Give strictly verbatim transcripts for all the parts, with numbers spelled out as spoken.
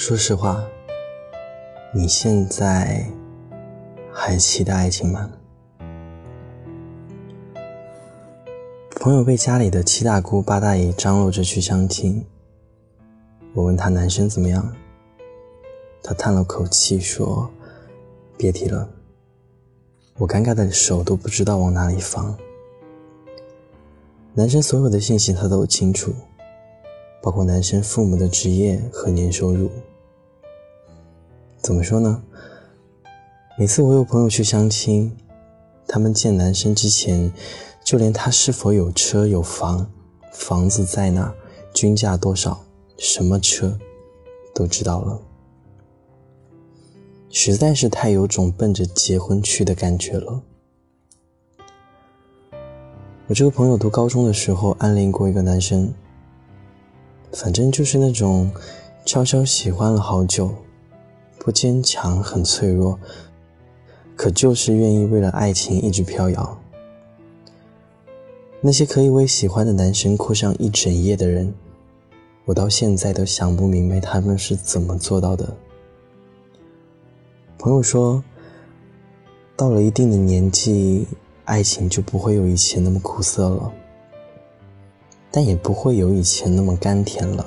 说实话，你现在还期待爱情吗？朋友被家里的七大姑八大姨张罗着去相亲，我问他男生怎么样，他叹了口气说别提了，我尴尬的手都不知道往哪里放。男生所有的信息他都清楚，包括男生父母的职业和年收入。怎么说呢，每次我有朋友去相亲，他们见男生之前就连他是否有车有房，房子在哪，均价多少，什么车都知道了，实在是太有种奔着结婚去的感觉了。我这个朋友读高中的时候暗恋过一个男生，反正就是那种悄悄喜欢了好久，不坚强，很脆弱，可就是愿意为了爱情一直飘摇。那些可以为喜欢的男生哭上一整夜的人，我到现在都想不明白他们是怎么做到的。朋友说，到了一定的年纪，爱情就不会有以前那么苦涩了，但也不会有以前那么甘甜了。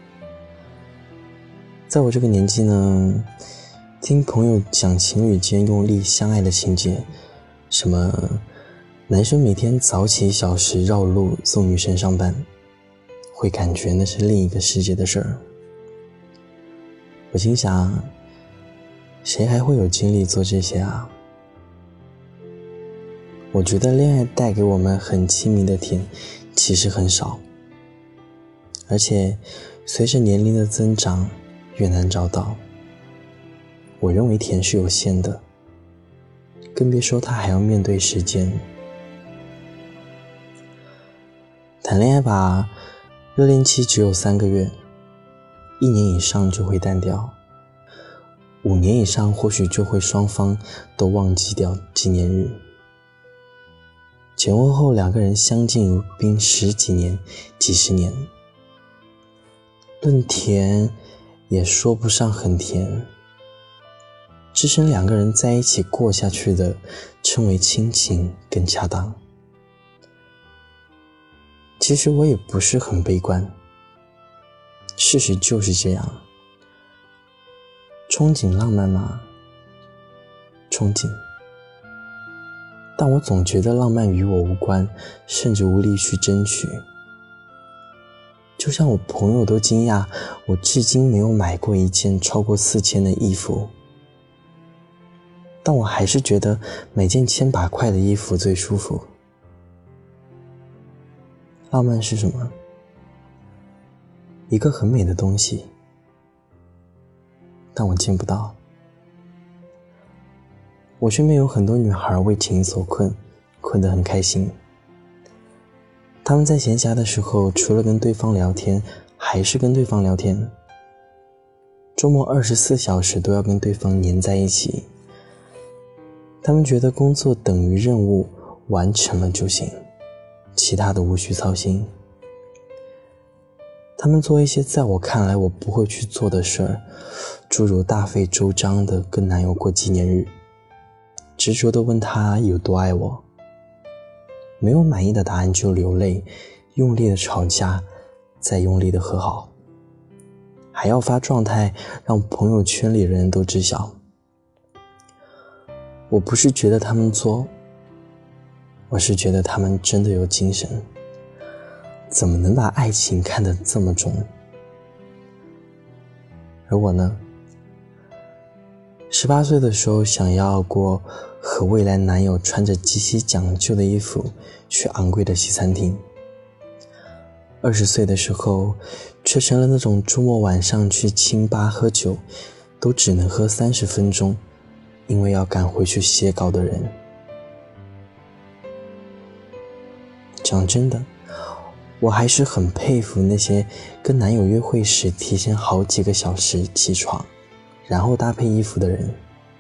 在我这个年纪呢，听朋友讲情侣间用力相爱的情节，什么男生每天早起一小时绕路送女生上班，会感觉那是另一个世界的事儿。我心想，谁还会有精力做这些啊？我觉得恋爱带给我们很亲密的甜其实很少，而且随着年龄的增长越难找到。我认为甜是有限的，更别说它还要面对时间。谈恋爱吧，热恋期只有三个月，一年以上就会淡掉，五年以上或许就会双方都忘记掉纪念日。前婚后两个人相敬如宾十几年几十年，论甜也说不上很甜，支撑两个人在一起过下去的称为亲情更恰当。其实我也不是很悲观，事实就是这样。憧憬浪漫吗？憧憬，但我总觉得浪漫与我无关，甚至无力去争取。就像我朋友都惊讶，我至今没有买过一件超过四千的衣服，但我还是觉得每件千把块的衣服最舒服。浪漫是什么？一个很美的东西，但我见不到。我身边有很多女孩为情所困，困得很开心。她们在闲暇的时候，除了跟对方聊天，还是跟对方聊天。周末二十四小时都要跟对方黏在一起。她们觉得工作等于任务，完成了就行，其他的无需操心。他们做一些在我看来我不会去做的事儿，诸如大费周章的跟男友过纪念日，执着地问他有多爱我，没有满意的答案就流泪，用力的吵架，再用力的和好，还要发状态让朋友圈里的人都知晓。我不是觉得他们作，我是觉得他们真的有精神，怎么能把爱情看得这么重？而我呢，十八岁的时候想要过和未来男友穿着极其讲究的衣服去昂贵的西餐厅，二十岁的时候却成了那种周末晚上去清吧喝酒都只能喝三十分钟，因为要赶回去写稿的人。讲真的，我还是很佩服那些跟男友约会时提前好几个小时起床，然后搭配衣服的人。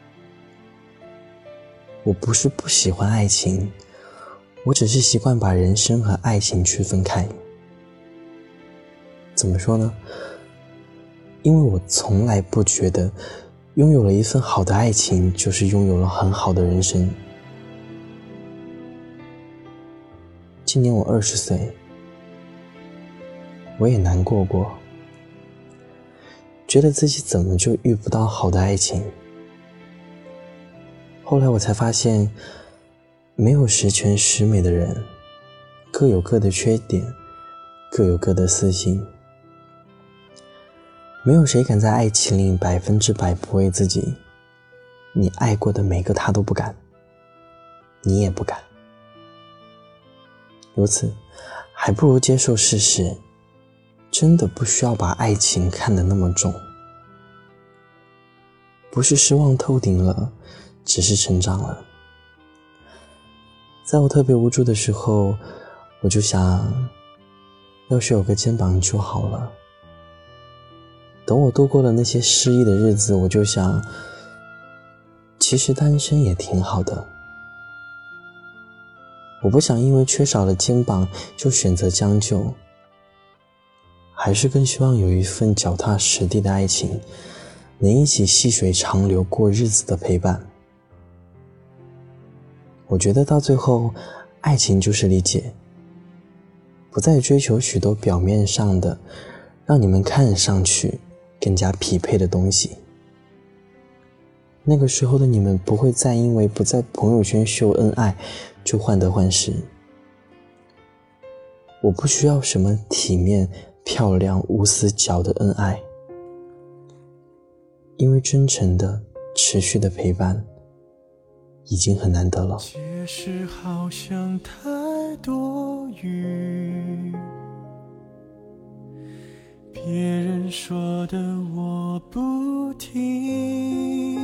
我不是不喜欢爱情，我只是习惯把人生和爱情区分开。怎么说呢？ 因为我从来不觉得拥有了一份好的爱情就是拥有了很好的人生。今年我二十岁，我也难过过，觉得自己怎么就遇不到好的爱情。后来我才发现，没有十全十美的人，各有各的缺点，各有各的私心。没有谁敢在爱情里百分之百不为自己，你爱过的每个他都不敢，你也不敢。如此，还不如接受事实，真的不需要把爱情看得那么重。不是失望透顶了，只是成长了。在我特别无助的时候，我就想，要是有个肩膀就好了。等我度过了那些失意的日子，我就想，其实单身也挺好的。我不想因为缺少了肩膀就选择将就，还是更希望有一份脚踏实地的爱情，能一起细水长流过日子的陪伴。我觉得到最后，爱情就是理解，不再追求许多表面上的让你们看上去更加匹配的东西。那个时候的你们不会再因为不在朋友圈秀恩爱就患得患失。我不需要什么体面漂亮无死角的恩爱，因为真诚的持续的陪伴已经很难得了。 解释好像太多余，别人说的我不听，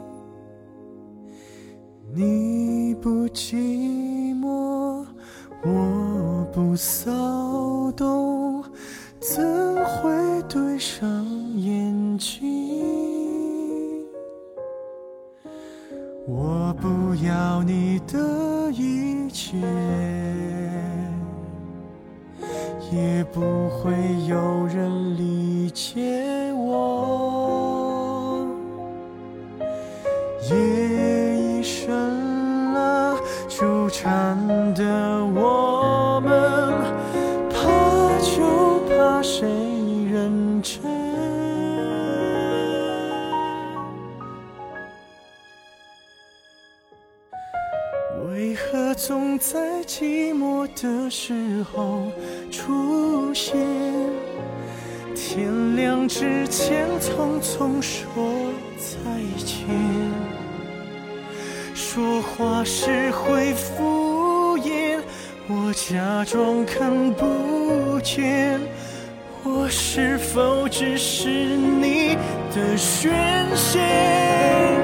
你不寂寞，我不骚动，怎会对上眼睛？我不要你的一切，也不会有人理解我。夜已深了，纠缠的我们，怕就怕谁认真。为何总在寂寞的时候出现？天亮之前匆匆说再见，说话时会敷衍，我假装看不见。我是否只是你的宣泄？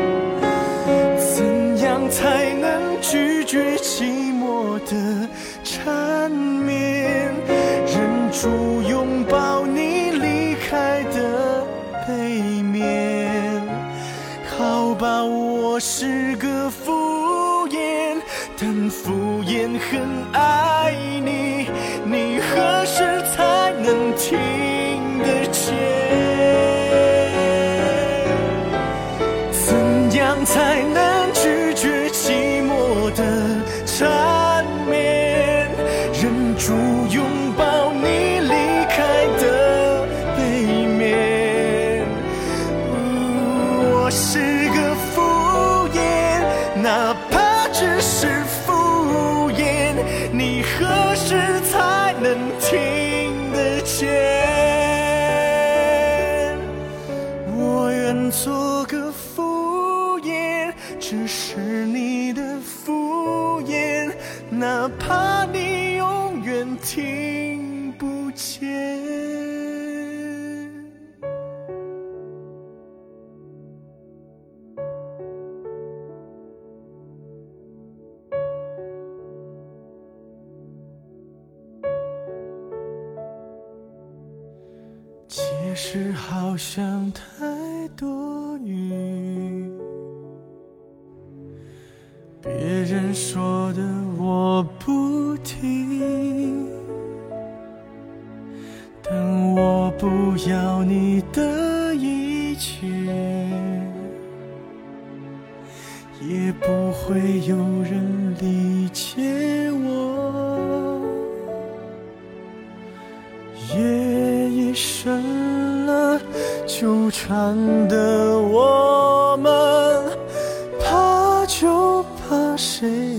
怎样才能拒绝寂寞的缠绵，忍住拥抱你离开的背面？好吧，我是个敷衍，但敷衍很爱你，你何时才能听得见？怎样才能拒绝寂寞的缠绵，忍住拥抱你离开的背面？我是个敷衍，哪怕只是敷衍，你何时才能听得见？我愿做个敷衍，只是你的敷衍，哪怕你永远听不见。解释好像太多余，别人说的我不听，但我不要你的也不会有人理解我。夜已深了，纠缠的我们，怕就怕谁